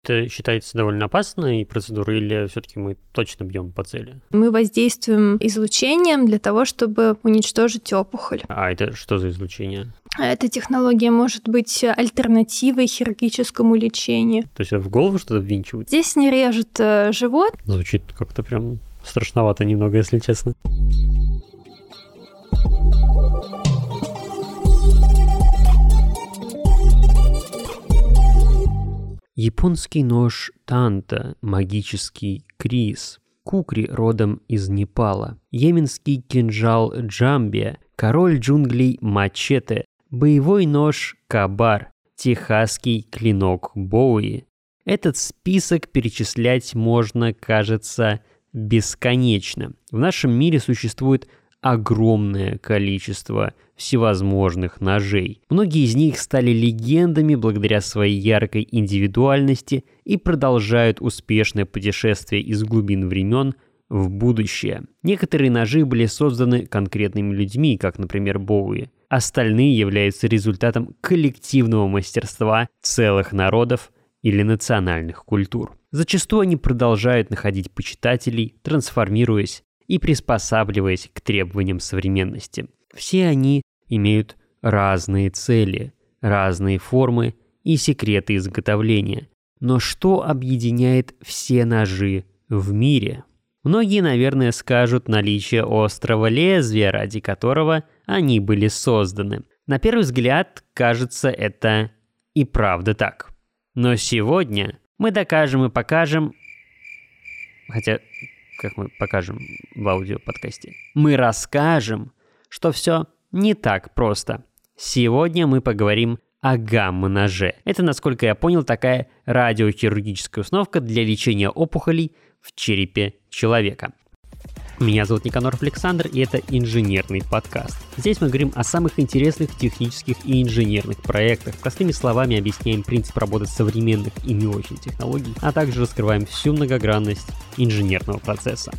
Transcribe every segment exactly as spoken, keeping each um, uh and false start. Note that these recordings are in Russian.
Это считается довольно опасной процедурой или все-таки мы точно бьем по цели? Мы воздействуем излучением для того, чтобы уничтожить опухоль. А это что за излучение? Эта технология может быть альтернативой хирургическому лечению. То есть в голову что-то ввинчивают? Здесь не режут живот. Звучит как-то прям страшновато немного, если честно. Японский нож танта, магический крис, кукри родом из Непала, йеменский кинжал джамбия, король джунглей мачете, боевой нож кабар, техасский клинок боуи. Этот список перечислять можно, кажется, бесконечно. В нашем мире существует огромное количество всевозможных ножей. Многие из них стали легендами благодаря своей яркой индивидуальности и продолжают успешное путешествие из глубин времен в будущее. Некоторые ножи были созданы конкретными людьми, как, например, боуи. Остальные являются результатом коллективного мастерства целых народов или национальных культур. Зачастую они продолжают находить почитателей, трансформируясь и приспосабливаясь к требованиям современности. Все они имеют разные цели, разные формы и секреты изготовления. Но что объединяет все ножи в мире? Многие, наверное, скажут наличие острого лезвия, ради которого они были созданы. На первый взгляд, кажется, это и правда так. Но сегодня мы докажем и покажем... Хотя... как мы покажем в аудиоподкасте, мы расскажем, что все не так просто. Сегодня мы поговорим о гамма-ноже. Это, насколько я понял, такая радиохирургическая установка для лечения опухолей в черепе человека. Меня зовут Никаноров Александр, и это инженерный подкаст. Здесь мы говорим о самых интересных технических и инженерных проектах. Простыми словами объясняем принцип работы современных и не очень технологий, а также раскрываем всю многогранность инженерного процесса.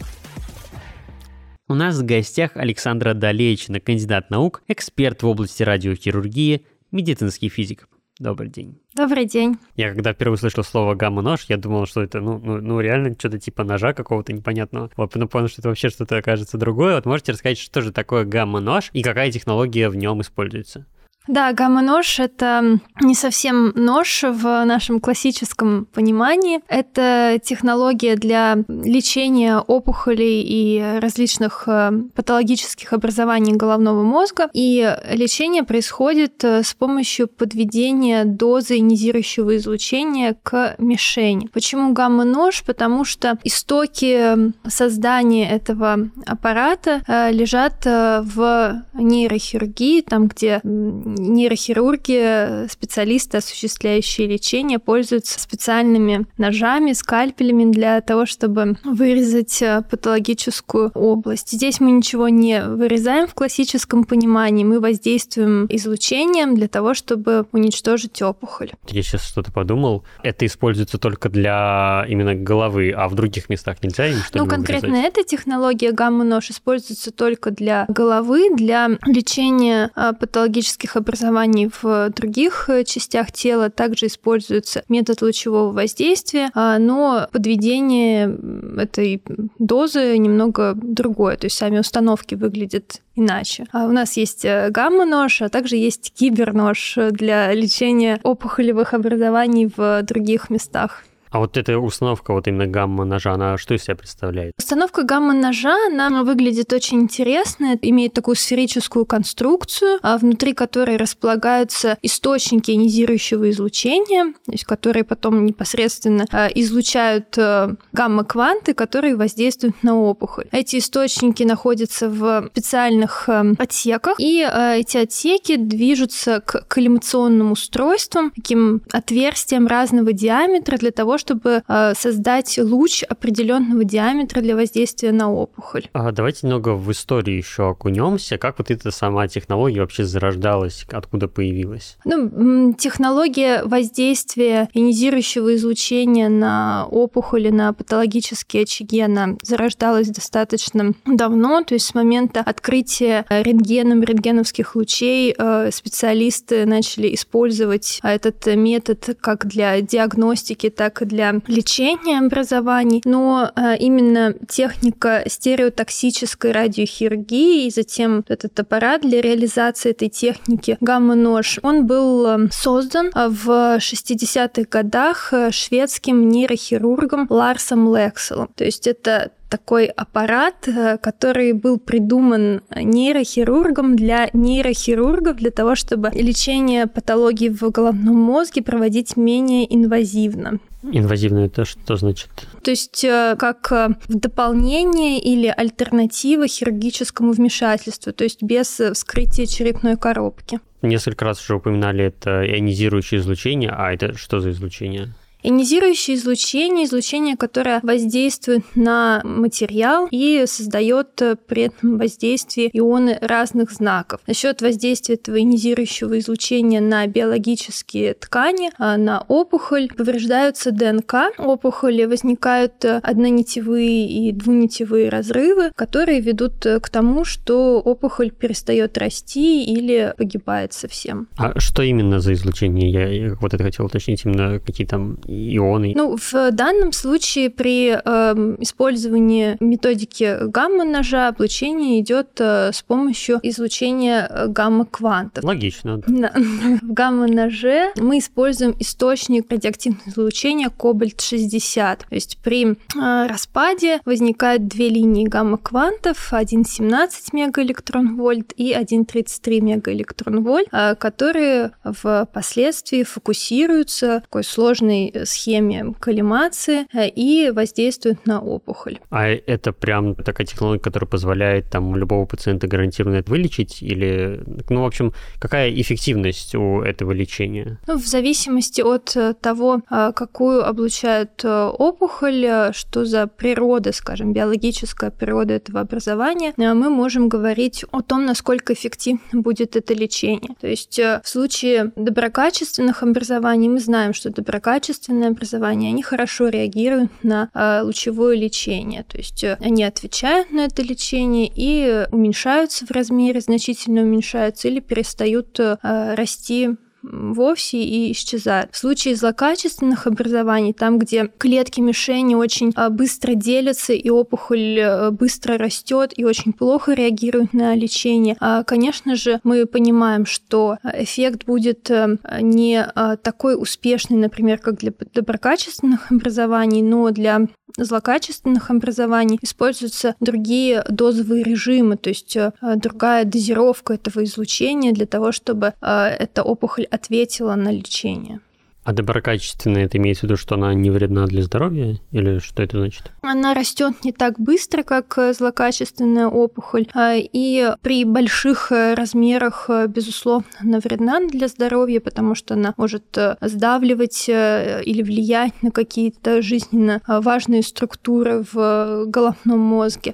У нас в гостях Александра Долечина, кандидат наук, эксперт в области радиохирургии, медицинский физик. Добрый день. Добрый день. Я когда впервые услышал слово гамма-нож, я думал, что это, ну, ну, ну реально что-то типа ножа какого-то непонятного. Вот, но понял, что это вообще что-то окажется другое. Вот можете рассказать, что же такое гамма-нож и какая технология в нем используется? Да, гамма-нож — это не совсем нож в нашем классическом понимании. Это технология для лечения опухолей и различных патологических образований головного мозга. И лечение происходит с помощью подведения дозы ионизирующего излучения к мишени. Почему гамма-нож? Потому что истоки создания этого аппарата лежат в нейрохирургии, там, где нейрохирурги, специалисты, осуществляющие лечение, пользуются специальными ножами, скальпелями для того, чтобы вырезать патологическую область. Здесь мы ничего не вырезаем в классическом понимании, мы воздействуем излучением для того, чтобы уничтожить опухоль. Я сейчас что-то подумал. Это используется только для именно головы, а в других местах нельзя им что-нибудь Ну, конкретно вырезать? эта технология гамма-нож используется только для головы, для лечения патологических образований в других частях тела. Также используется метод лучевого воздействия, но подведение этой дозы немного другое, то есть сами установки выглядят иначе. У нас есть гамма-нож, а также есть кибернож для лечения опухолевых образований в других местах. А вот эта установка, вот именно гамма-ножа, она что из себя представляет? Установка гамма-ножа, она выглядит очень интересно, имеет такую сферическую конструкцию, внутри которой располагаются источники ионизирующего излучения, то есть которые потом непосредственно излучают гамма-кванты, которые воздействуют на опухоль. Эти источники находятся в специальных отсеках, и эти отсеки движутся к коллимационным устройствам, таким отверстиям разного диаметра для того, того, чтобы создать луч определенного диаметра для воздействия на опухоль. А давайте немного в историю еще окунемся. Как вот эта сама технология вообще зарождалась, откуда появилась? Ну, технология воздействия ионизирующего излучения на опухоли, на патологические очаги, она зарождалась достаточно давно, то есть с момента открытия рентгеном рентгеновских лучей специалисты начали использовать этот метод как для диагностики, так и для лечения образований. Но именно техника стереотоксической радиохирургии и затем этот аппарат для реализации этой техники гамма-нож, он был создан в шестидесятых годах шведским нейрохирургом Ларсом Лекселом. То есть это такой аппарат, который был придуман нейрохирургом для нейрохирургов, для того, чтобы лечение патологий в головном мозге проводить менее инвазивно. Инвазивно это что значит? То есть как в дополнение или альтернатива хирургическому вмешательству, то есть без вскрытия черепной коробки. Несколько раз уже упоминали это ионизирующее излучение, а это что за излучение? Ионизирующее излучение, излучение, которое воздействует на материал и создает при этом воздействие ионы разных знаков. Насчет воздействия этого ионизирующего излучения на биологические ткани, на опухоль, повреждаются ДНК опухоли, возникают однонитевые и двунитевые разрывы, которые ведут к тому, что опухоль перестает расти или погибает совсем. А что именно за излучение? Я, я вот это хотел уточнить, именно какие там ионы? Ну, в данном случае при э, использовании методики гамма-ножа облучение идет э, с помощью излучения гамма-квантов. Логично. Да. В гамма-ноже мы используем источник радиоактивного излучения кобальт шестьдесят. То есть при э, распаде возникают две линии гамма-квантов, один семнадцать мегаэлектрон-вольт и один тридцать три мегаэлектрон-вольт, э, которые впоследствии фокусируются в такой сложной схеме коллимации и воздействуют на опухоль. А это прям такая технология, которая позволяет там любого пациента гарантированно это вылечить? Или, ну, в общем, какая эффективность у этого лечения? Ну, в зависимости от того, какую облучают опухоль, что за природа, скажем, биологическая природа этого образования, мы можем говорить о том, насколько эффективно будет это лечение. То есть в случае доброкачественных образований мы знаем, что доброкачественные образования, они хорошо реагируют на э, лучевое лечение, то есть э, они отвечают на это лечение и уменьшаются в размере, значительно уменьшаются или перестают э, расти вовсе и исчезают. В случае злокачественных образований, там, где клетки мишени очень быстро делятся и опухоль быстро растет и очень плохо реагирует на лечение, конечно же, мы понимаем, что эффект будет не такой успешный, например, как для доброкачественных образований, но для злокачественных образований используются другие дозовые режимы, то есть другая дозировка этого излучения для того, чтобы эта опухоль ответила на лечение. А доброкачественная, это имеется в виду, что она не вредна для здоровья? Или что это значит? Она растет не так быстро, как злокачественная опухоль, и при больших размерах, безусловно, она вредна для здоровья, потому что она может сдавливать или влиять на какие-то жизненно важные структуры в головном мозге.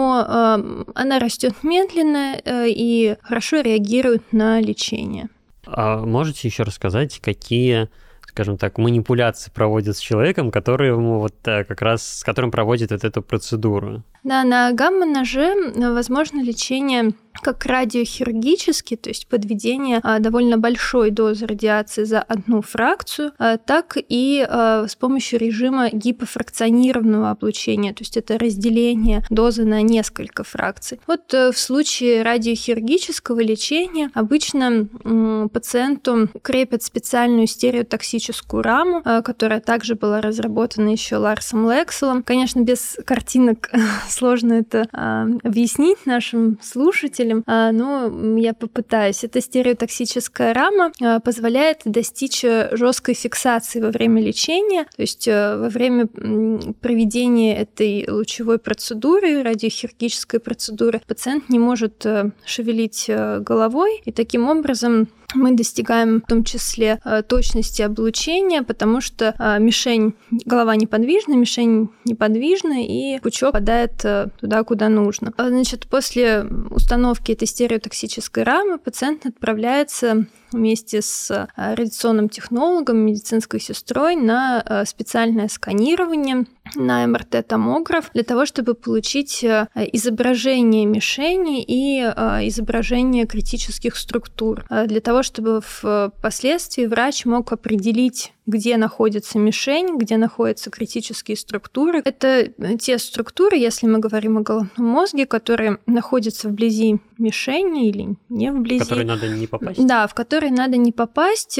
Но она растет медленно и хорошо реагирует на лечение. А можете еще рассказать, какие, скажем так, манипуляции проводят с человеком, который ему вот как раз, с которым проводит вот эту процедуру? Да, на гамма-ноже возможно лечение как радиохирургически, то есть подведение довольно большой дозы радиации за одну фракцию, так и с помощью режима гипофракционированного облучения, то есть это разделение дозы на несколько фракций. Вот в случае радиохирургического лечения обычно пациенту крепят специальную стереотоксическую раму, которая также была разработана еще Ларсом Лекселом. Конечно, без картинок сложно это объяснить нашим слушателям, но я попытаюсь. Эта стереотоксическая рама позволяет достичь жесткой фиксации во время лечения, то есть во время проведения этой лучевой процедуры, радиохирургической процедуры, пациент не может шевелить головой, и таким образом мы достигаем в том числе точности облучения, потому что мишень, голова неподвижна, мишень неподвижна, и пучок попадает туда, куда нужно. Значит, после установки этой стереотоксической рамы пациент отправляется вместе с радиационным технологом, медицинской сестрой на специальное сканирование, на эм эр тэ-томограф, для того, чтобы получить изображение мишени и изображение критических структур, для того, чтобы впоследствии врач мог определить, где находится мишень, где находятся критические структуры. Это те структуры, если мы говорим о головном мозге, которые находятся вблизи мишени или не вблизи. В которые надо не попасть. Да, в которые надо не попасть,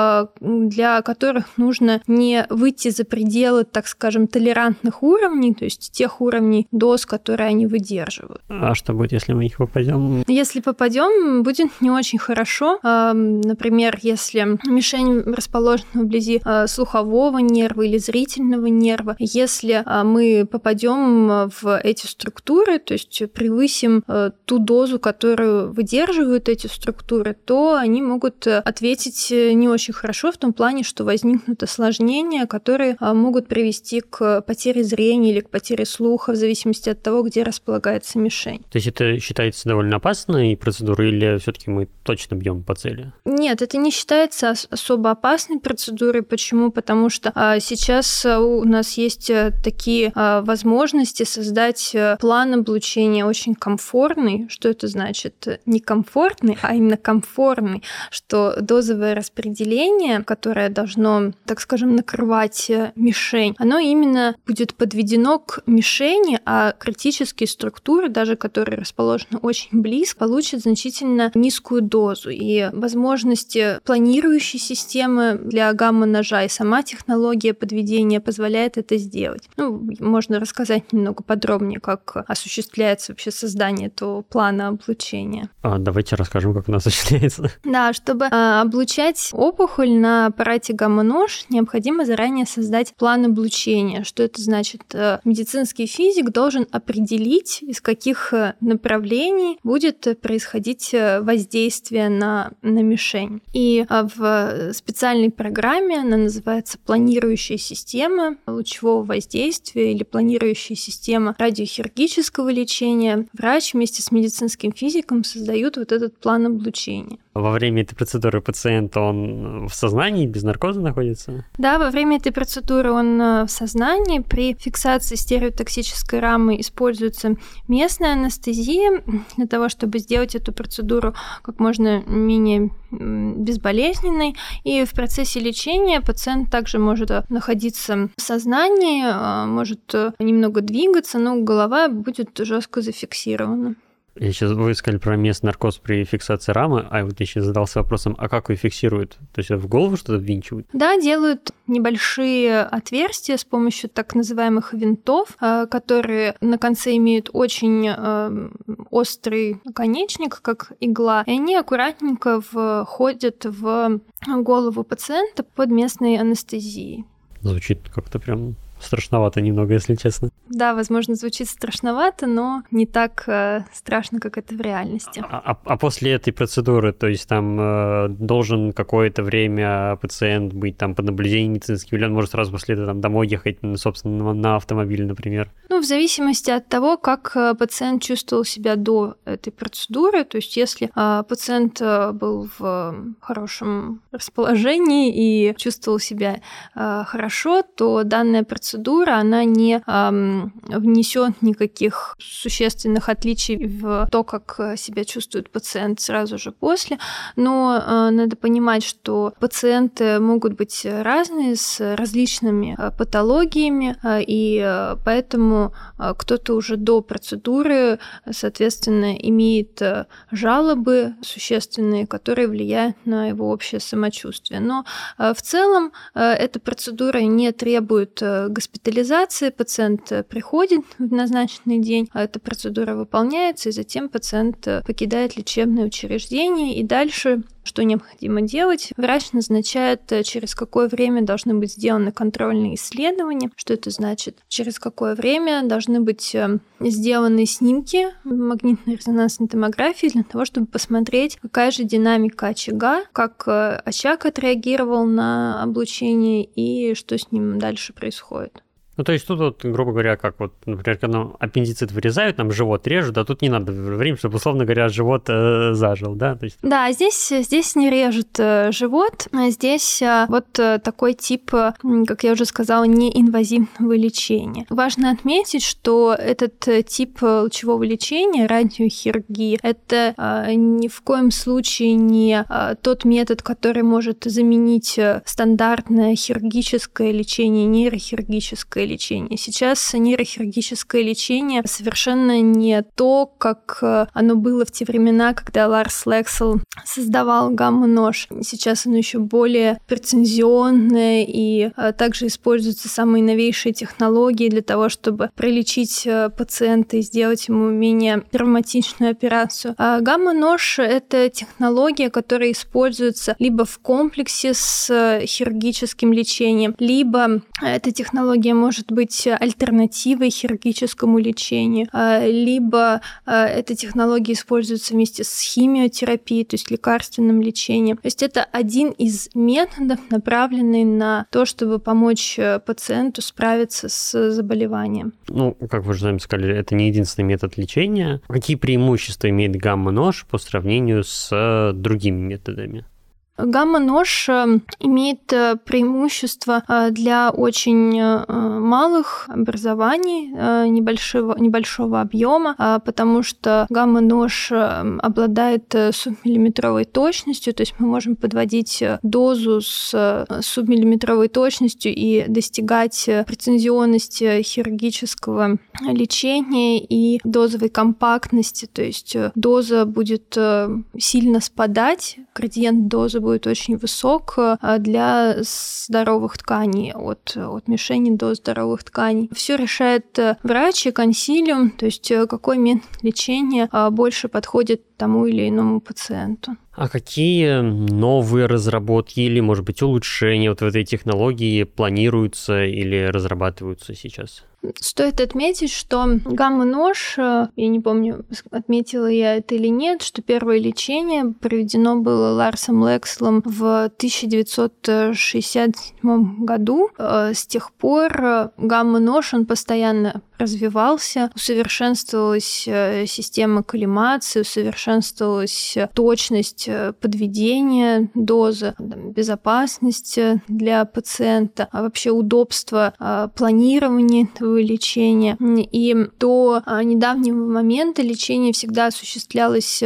для которых нужно не выйти за пределы, так скажем, толерантных уровней, то есть тех уровней доз, которые они выдерживают. А что будет, если мы их попадем? Если попадем, будет не очень хорошо. Например, если мишень расположена вблизи слухового нерва или зрительного нерва, если мы попадем в эти структуры, то есть превысим ту дозу, которую выдерживают эти структуры, то они могут ответить не очень хорошо в том плане, что возникнут осложнения, которые могут привести к потере зрения или к потере слуха, в зависимости от того, где располагается мишень. То есть это считается довольно опасной процедурой, или все-таки мы точно бьем по цели? Нет, это не считается особо опасной процедурой. Почему? Потому что сейчас у нас есть такие возможности создать план облучения очень комфортный. Что это значит? Не комфортный, а именно комфортный, что дозовое распределение, которое должно, так скажем, накрывать мишень, оно именно будет подведено к мишени, а критические структуры, даже которые расположены очень близко, получат значительно низкую дозу. И возможности планирующей системы для гамма-ножа и сама технология подведения позволяет это сделать. Ну, можно рассказать немного подробнее, как осуществляется вообще создание этого плана облучения. А, давайте расскажем, как оно осуществляется. Да, чтобы а, облучать опухоль на аппарате гамма-нож, необходимо заранее создать план облучения. Что это значит? Медицинский физик должен определить, из каких направлений будет происходить воздействие на, на мишень. И в специальной программе, она называется планирующая система лучевого воздействия или планирующая система радиохирургического лечения, врач вместе с медицинским физиком создают вот этот план облучения. Во время этой процедуры пациент, он в сознании, без наркоза находится? Да, во время этой процедуры он в сознании. При фиксации стереотоксической рамы используется местная анестезия для того, чтобы сделать эту процедуру как можно менее безболезненной. И в процессе лечения пациент также может находиться в сознании, может немного двигаться, но голова будет жестко зафиксирована. Я сейчас, вы сказали про местный наркоз при фиксации рамы, а вот я сейчас задался вопросом, а как ее фиксируют? То есть в голову что-то ввинчивают? Да, делают небольшие отверстия с помощью так называемых винтов, которые на конце имеют очень острый наконечник, как игла, и они аккуратненько входят в голову пациента под местной анестезией. Звучит как-то прям страшновато немного, если честно. Да, возможно, звучит страшновато, но не так э, страшно, как это в реальности. А, а, а после этой процедуры, то есть там э, должен какое-то время пациент быть там под наблюдением медицинским, или он может сразу после этого там, домой ехать, собственно, на автомобиле, например? Ну, в зависимости от того, как пациент чувствовал себя до этой процедуры, то есть если э, пациент был в хорошем расположении и чувствовал себя э, хорошо, то данная процедура процедура, она не эм, внесет никаких существенных отличий в то, как себя чувствует пациент сразу же после, но э, надо понимать, что пациенты могут быть разные, с различными э, патологиями, э, и э, поэтому э, кто-то уже до процедуры, соответственно, имеет э, жалобы существенные, которые влияют на его общее самочувствие. Но э, в целом э, эта процедура не требует э, госпитализации, пациент приходит в назначенный день, а эта процедура выполняется, и затем пациент покидает лечебное учреждение, и дальше что необходимо делать. Врач назначает, через какое время должны быть сделаны контрольные исследования. Что это значит? Через какое время должны быть сделаны снимки магнитно-резонансной томографии для того, чтобы посмотреть, какая же динамика очага, как очаг отреагировал на облучение и что с ним дальше происходит. Ну, то есть тут, вот, грубо говоря, как вот, например, когда аппендицит вырезают, там живот режут, а тут не надо время, чтобы, условно говоря, живот э, зажил, да? То есть... Да, здесь, здесь не режут э, живот, а здесь э, вот э, такой тип, э, как я уже сказала, неинвазивного лечения. Важно отметить, что этот э, тип лучевого лечения, радиохирургии, это э, ни в коем случае не э, тот метод, который может заменить э, стандартное хирургическое лечение, нейрохирургическое лечение. Сейчас нейрохирургическое лечение совершенно не то, как оно было в те времена, когда Ларс Лексел создавал гамма-нож. Сейчас оно еще более прецизионное, и также используются самые новейшие технологии для того, чтобы пролечить пациента и сделать ему менее травматичную операцию. А гамма-нож — это технология, которая используется либо в комплексе с хирургическим лечением, либо эта технология может быть альтернативой хирургическому лечению, либо эта технология используется вместе с химиотерапией, то есть лекарственным лечением. То есть это один из методов, направленный на то, чтобы помочь пациенту справиться с заболеванием. Ну, как вы же сами сказали, это не единственный метод лечения. Какие преимущества имеет гамма-нож по сравнению с другими методами? Гамма-нож имеет преимущество для очень малых образований, небольшого, небольшого объема, потому что гамма-нож обладает субмиллиметровой точностью, то есть мы можем подводить дозу с субмиллиметровой точностью и достигать прецизионности хирургического лечения и дозовой компактности, то есть доза будет сильно спадать, градиент дозы будет очень высок для здоровых тканей, от, от мишени до здоровых тканей. Все решает врач и консилиум, то есть какой метод лечения больше подходит тому или иному пациенту. А какие новые разработки или, может быть, улучшения вот в этой технологии планируются или разрабатываются сейчас? Стоит отметить, что гамма-нож, я не помню, отметила я это или нет, что первое лечение проведено было Ларсом Лекселом в тысяча девятьсот шестьдесят седьмом году. С тех пор гамма-нож, он постоянно развивался, усовершенствовалась система коллимации, усовершенствовалась точность подведения дозы, безопасность для пациента, а вообще удобство планирования этого лечения. И до недавнего момента лечение всегда осуществлялось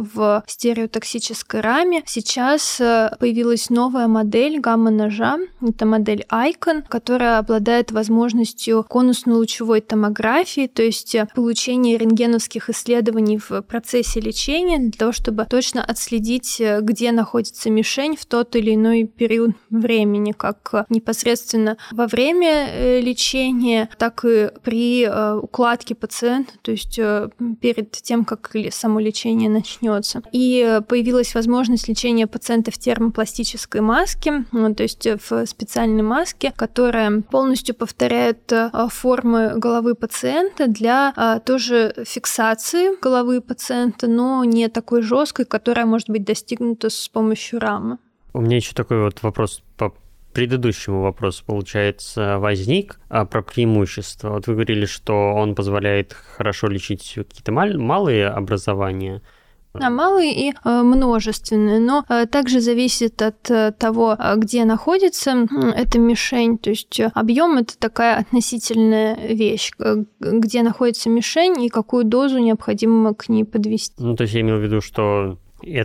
в стереотоксической раме. Сейчас появилась новая модель гамма-ножа, это модель Icon, которая обладает возможностью конусно-лучевой томографии, то есть получение рентгеновских исследований в процессе лечения для того, чтобы точно отследить, где находится мишень в тот или иной период времени, как непосредственно во время лечения, так и при укладке пациента, то есть перед тем, как само лечение начнется. И появилась возможность лечения пациента в термопластической маске, то есть в специальной маске, которая полностью повторяет формы головы пациента для тоже фиксации головы пациента, но не такой жесткой, которая может быть достигнута с помощью рамы. У меня еще такой вот вопрос по предыдущему вопросу, получается, возник а, про преимущества. Вот вы говорили, что он позволяет хорошо лечить какие-то мал- малые образования. Да, малые и э, множественные, но э, также зависит от э, того, где находится э, эта мишень. То есть объем — это такая относительная вещь, э, где находится мишень и какую дозу необходимо к ней подвести. Ну, то есть я имел в виду, что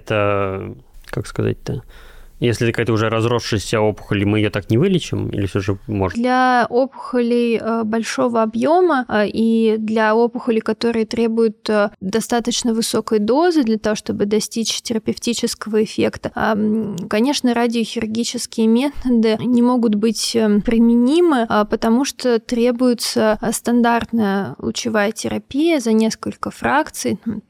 это, как сказать-то, если какая-то уже разросшаяся опухоль, мы ее так не вылечим, или все же можно? Для опухолей большого объема и для опухолей, которые требуют достаточно высокой дозы для того, чтобы достичь терапевтического эффекта, конечно, радиохирургические методы не могут быть применимы, потому что требуется стандартная лучевая терапия за несколько фракций,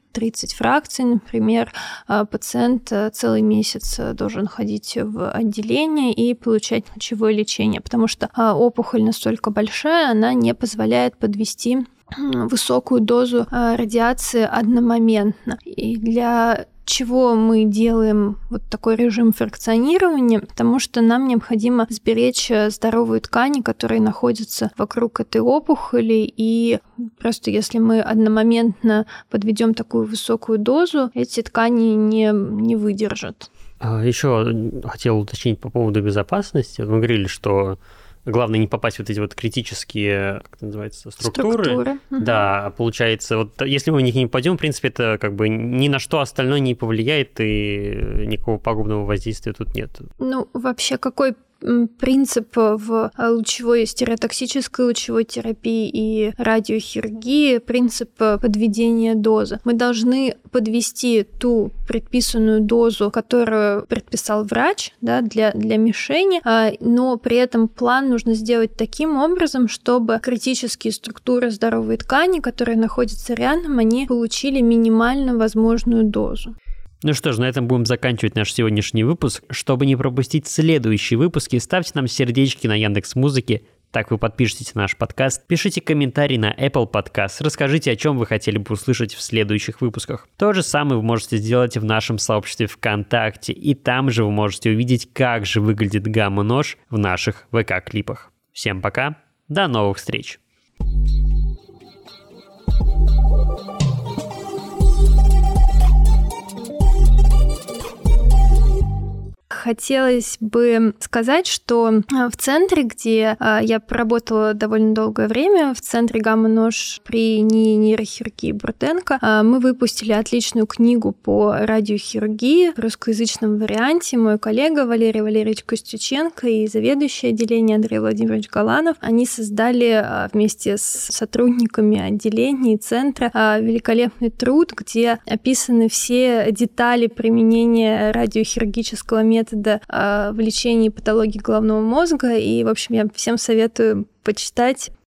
тридцать фракций, например, пациент целый месяц должен ходить в отделение и получать лучевое лечение, потому что опухоль настолько большая, она не позволяет подвести высокую дозу радиации одномоментно. И для чего мы делаем вот такой режим фракционирования? Потому что нам необходимо сберечь здоровые ткани, которые находятся вокруг этой опухоли, и просто если мы одномоментно подведем такую высокую дозу, эти ткани не, не выдержат. Еще хотел уточнить по поводу безопасности. Мы говорили, что главное не попасть в вот эти вот критические, как это называется, структуры. Структуры. Да, получается, вот если мы в них не попадем, в принципе, это как бы ни на что остальное не повлияет, и никакого пагубного воздействия тут нет. Ну, вообще, какой принцип в лучевой стереотоксической лучевой терапии и радиохирургии, принцип подведения дозы. Мы должны подвести ту предписанную дозу, которую предписал врач, да, для, для мишени, но при этом план нужно сделать таким образом, чтобы критические структуры здоровой ткани, которые находятся рядом, они получили минимально возможную дозу. Ну что ж, на этом будем заканчивать наш сегодняшний выпуск. Чтобы не пропустить следующие выпуски, ставьте нам сердечки на Яндекс.Музыке, так вы подпишитесь на наш подкаст, пишите комментарий на Apple Podcast, расскажите, о чем вы хотели бы услышать в следующих выпусках. То же самое вы можете сделать в нашем сообществе ВКонтакте, и там же вы можете увидеть, как же выглядит гамма-нож в наших ВК-клипах. Всем пока, до новых встреч! Хотелось бы сказать, что в центре, где я проработала довольно долгое время, в центре гамма-нож при нейрохирургии Бурденко, мы выпустили отличную книгу по радиохирургии в русскоязычном варианте. Мой коллега Валерий Валерьевич Костюченко и заведующий отделение Андрей Владимирович Галанов, они создали вместе с сотрудниками отделения и центра великолепный труд, где описаны все детали применения радиохирургического метода в лечении патологии головного мозга. И, в общем, я всем советую почитать.